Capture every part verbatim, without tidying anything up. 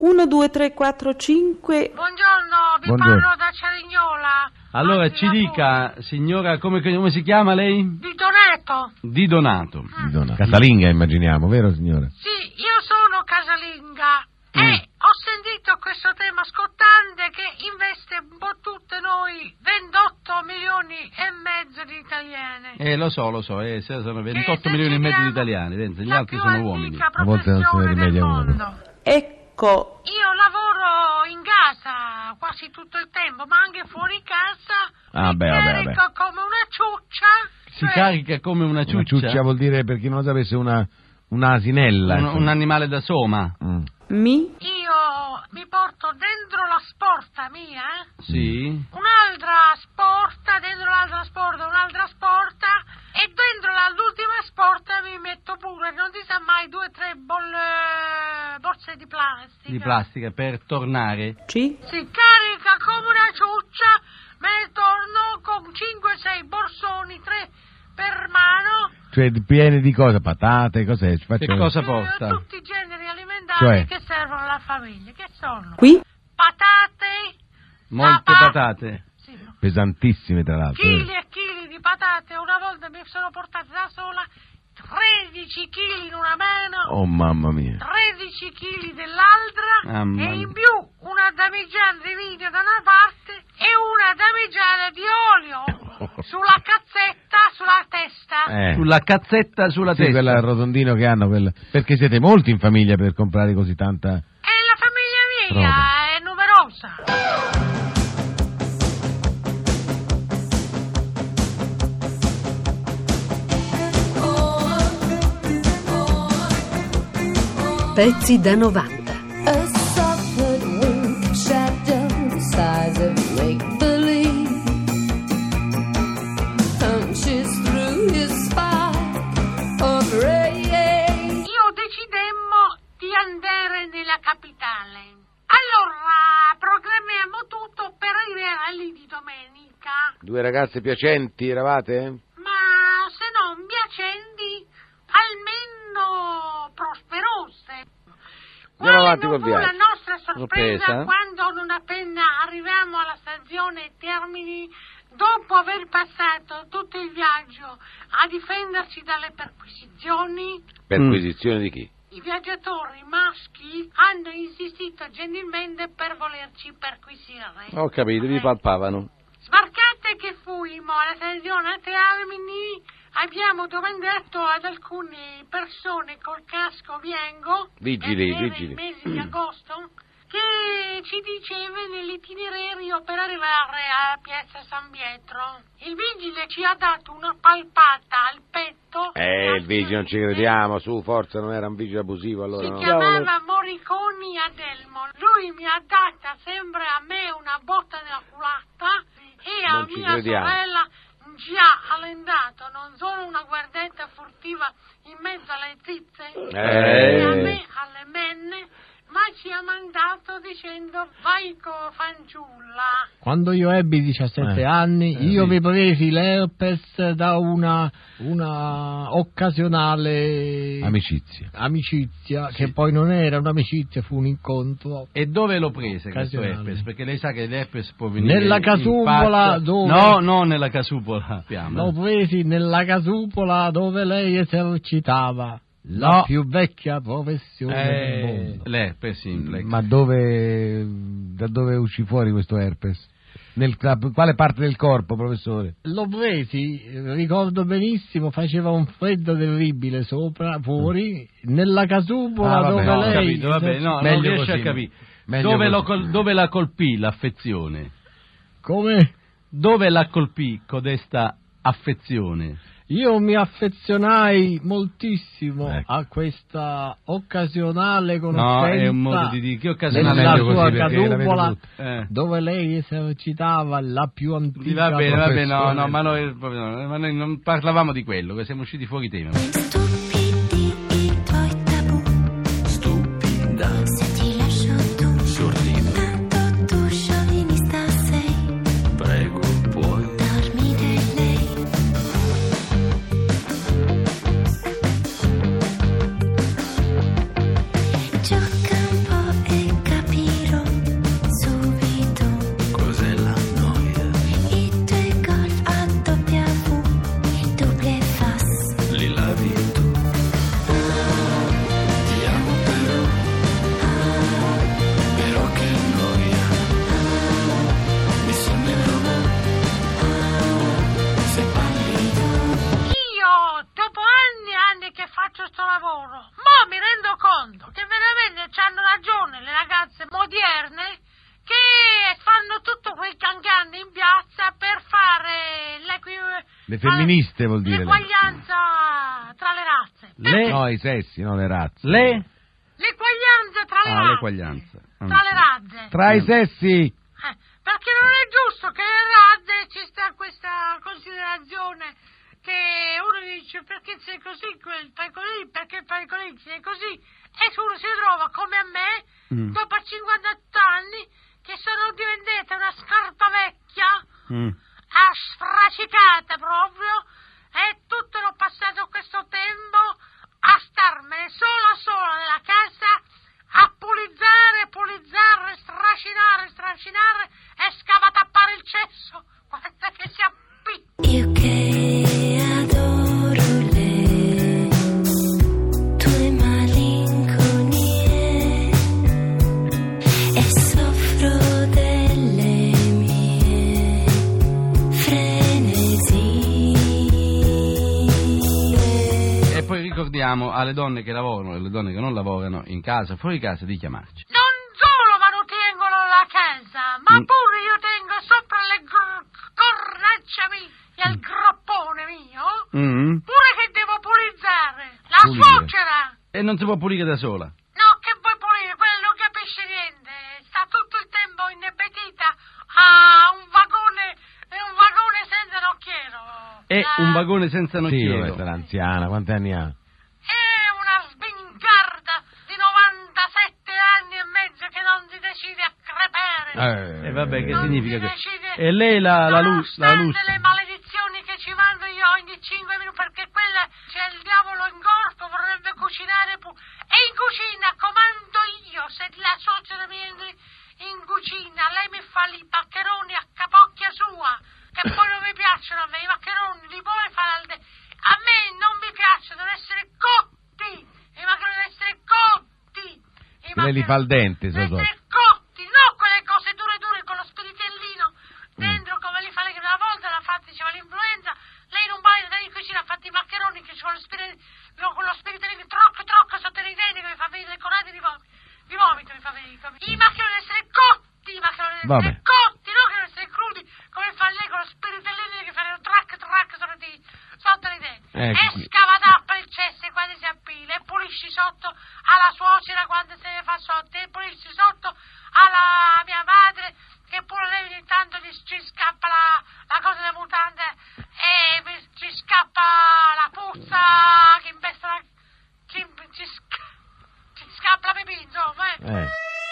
uno, due, tre, quattro, cinque. Buongiorno, vi Buongiorno. parlo da Cerignola. Allora, Anzi, ci da dica, signora, come, come si chiama lei? voi. Di Donato. Di Donato. Di Donato. Casalinga, immaginiamo, vero signora? Sì, io sono casalinga Mm. e ho sentito questo tema scottante che investe un po' tutte noi ventotto milioni e mezzo di italiane. Eh, lo so, lo so, eh, sono ventotto E milioni e mezzo di decidiamo italiani, pensa, gli la altri più sono antica uomini. A volte non se ne professione del rimedia uno. mondo. Ecco, Io lavoro in casa quasi tutto il tempo, ma anche fuori casa. Ah, mi beh, vabbè, carico vabbè. come una ciuccia. Si cioè, carica come una Una ciuccia, ciuccia vuol dire, per chi non lo sapesse, una un'asinella. un, insomma. un animale da soma. Mm. mi, Io mi porto dentro la sporta mia, eh? Sì. Un'altra sporta, dentro l'altra sporta, un'altra sporta, e dentro l'ultima sporta mi metto pure, non si sa mai, due o tre bolle, borse di plastica. Di plastica per tornare. ci, Si carica come una ciuccia, me ne torno con cinque sei borsoni, tre per mano. Cioè, piene di cosa? Patate, cos'è? Ci Che faccio- cosa eh, porta? Tutti i generi alimentari Cioè? che servono alla famiglia, che sono? qui, Patate, Molte papà. patate. Sì, no. Pesantissime, tra l'altro. chili vero? e chili di patate, una volta mi sono portata da sola tredici chili in una mano, Oh, mamma mia. tredici chili dell'altra, Mamma e in mia. più una damigiana di vino da una parte e una damigiana di olio sulla cazzetta, sulla testa. Eh. Sulla cazzetta sulla Sì, testa. quella rotondino che hanno, quella... perché siete molti in famiglia per comprare così tanta... E la famiglia mia Roba. è numerosa. Pezzi da novanta. A soft wing shadow the size of make-believe punches through his spine of ray. Io decidemmo di andare nella capitale. Allora programmiamo tutto per arrivare lì di domenica. Due ragazze piacenti eravate? Ma se non piacenti, almeno prosperose. Andiamo avanti Quale col non fu la viaggio. nostra sorpresa Sorpresa? quando non appena arriviamo alla stazione Termini, dopo aver passato tutto il viaggio a difenderci dalle perquisizioni, Perquisizione di chi? i viaggiatori maschi hanno insistito gentilmente per volerci perquisire. Ho capito, vi Eh. palpavano. Sbarcate che fuimo alla stazione Termini, abbiamo domandato ad alcune persone col casco bianco, Vigili, perché era vigili. il mese di agosto, che ci diceva nell'itinerario per arrivare a Piazza San Pietro. Il vigile ci ha dato una palpata al petto. Eh, il vigile non ci crediamo, su, forza, non era un vigile abusivo allora. Si no? chiamava Moriconi Adelmo. Lui mi ha data sempre a me una botta nella culata e a Non ci mia crediamo. sorella ci ha allentato non solo una guardetta furtiva in mezzo alle tizze Eh. e a me alle menne, ma ci ha mandato dicendo vai co fanciulla. Quando io ebbi diciassette Eh, anni, eh, io sì. mi presi l'herpes da una, una occasionale Amicizia. amicizia, che poi non era un'amicizia, fu un incontro. E dove lo prese questo Occasionale. herpes? Perché lei sa che l'herpes può venire Nella in casupola pazzo. dove- No, no, nella casupola. Piano. L'ho presi nella casupola dove lei esercitava la No. più vecchia professione del Eh, mondo. l'herpes simplex. Ma dove... da dove uscì fuori questo herpes? Nel, quale parte del corpo, professore? L'ho presi, ricordo benissimo, faceva un freddo terribile sopra, fuori, nella casupola Ah, vabbè, dove no, Ho lei... capito, vabbè, no, non Meglio riesce così. a capire. Meglio Dove, lo così. col- dove la colpì l'affezione? Come? Dove la colpì codesta affezione? Io mi affezionai moltissimo Ecco. a questa occasionale No, conoscenza è un modo di dire. Che occasionale? nella Meglio così, sua perché la vedo casupola tutta. Eh. dove lei esercitava la più antica Va bene, va bene, no, professione. no, ma noi, no, ma noi non parlavamo di quello, che siamo usciti fuori tema. Stupidi i tuoi tabù. Stupida. Se ti lascio tu. Sorrido. Tanto tu sciovinista sei. Prego, puoi. Dormire lei. Gioca un po' e Le femministe vuol dire. L'eguaglianza tra le razze. Le... No, i sessi, non le razze. Le... L'eguaglianza tra le Ah, razze. l'eguaglianza. Tra le razze. Tra i sessi. Eh, perché non è giusto che le razze ci sta questa considerazione che uno dice perché sei così, quel fai così, perché fai così, sei così, e uno si trova come a me, Mm. dopo cinquantotto anni, che sono diventata una scarpa vecchia, Mm. ah, sfracicata proprio, e tutto l'ho passato questo tempo a starmene sola sola nella casa, a pulizzare, pulizzare, stracinare, stracinare, e scava a tappare il cesso, guarda che si appicca. Io che adoro le tue malinconie e soffro delle mie frenesie. E poi ricordiamo alle donne che lavorano e alle donne che non lavorano in casa, fuori casa, di chiamarci. Non solo manutengono la casa, ma Mm. pure io tengo sopra le gr- cornaccia mia e il groppone mio, Mm. pure che devo pulizzare. La Pulire. suocera! E non si può pulire da sola. No, che vuoi pulire? Quello non capisce niente. Sta tutto il tempo inebetita a un vagone, un vagone senza nocchiero. È La- un vagone senza Sì, nocchiero. questa è l'anziana, quanti anni ha? È una sbincarda di novantasette anni e mezzo che non si decide a crepere. E vabbè, che Non significa si che... decide- E lei la, la, lu- la Nonostante lustra. le maledizioni che ci mando io ogni cinque minuti, perché quella c'è il diavolo in corpo, vorrebbe cucinare pu- e in cucina comando io. Se la suocera mi entra in cucina, lei mi fa i maccheroni a capocchia sua, che poi non mi piacciono a me. I maccheroni li puoi fare al de- a me non mi piacciono, devono essere cotti. I maccheroni devono essere cotti. I Lei li fa al dente, devono so, so. essere cotti, no quelle cose dure dure con lo spiritellino dentro, come li fa lei, che una volta l'ha fatta, diceva l'influenza, lei in un bagno da in cucina ha fatto i maccheroni che con lo spiritellino, con lo spiritellino trocco trocco sotto i denti, che mi fa venire le corate di vomito, di vomito mi fa venire. I maccheroni devono essere cotti, i maccheroni devono Vabbè. essere cotti, no che devono essere crudi, come fa lei con lo spiritellino che fa un track track sotto i, sotto i denti. Eh, E sì. scavatappa il cesso quando si appila, e pulisci sotto alla suocera quando se ne fa sotto, e pulisci sotto alla mia madre, che pure lei ogni tanto gli, ci scappa la, la cosa delle mutande, e mi- ci scappa la puzza che impesta la, ci, ci, sca- ci scappa la pipì, insomma, eh. Eh.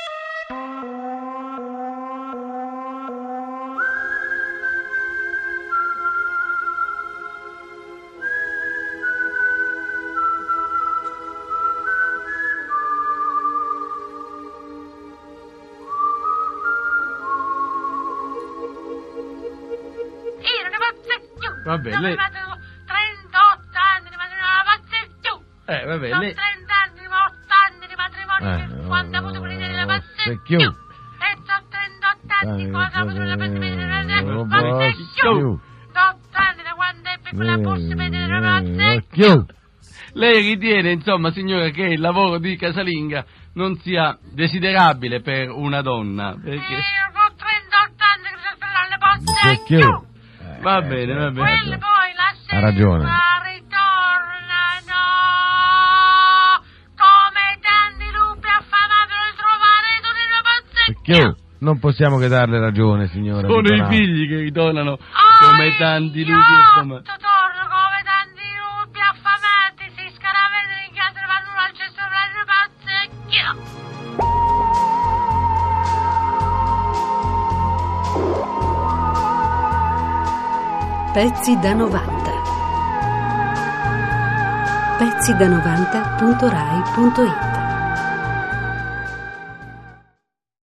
Io non ne posso più. Vabbè, non lei- mi vado trentotto anni di matrimonio, non ne posso più. Eh, vabbè, Sono lei... trenta anni, otto anni di matrimonio, Eh, che quando ho avuto venire la oh, pazzia se più. chiù. E sono trentotto anni quando ho avuto la pazzia Oh, più. più. otto anni da quando ebbe quella borsa per vedere la pazzia Eh, più. Lei ritiene, insomma, signora, che il lavoro di casalinga non sia desiderabile per una donna? E Perché... io ho trentotto anni che sto sperando le borse Se chiù. più. Eh, Va eh, bene, sì, va ha bene. Quelle ragione. poi la sera Ha ragione. ritornano come tanti lupi affamati di trovare tu nella Se pazzia. chiù. Non possiamo che darle ragione, signora. Sono i Piccolano. figli che ritornano Ah, come tanti lupi affamati. torno come tanti lupi affamati, si scaraventano in casa e vanno al cesso delle pazzecchio. Pezzi da novanta. Pezzi da novanta punto rai punto it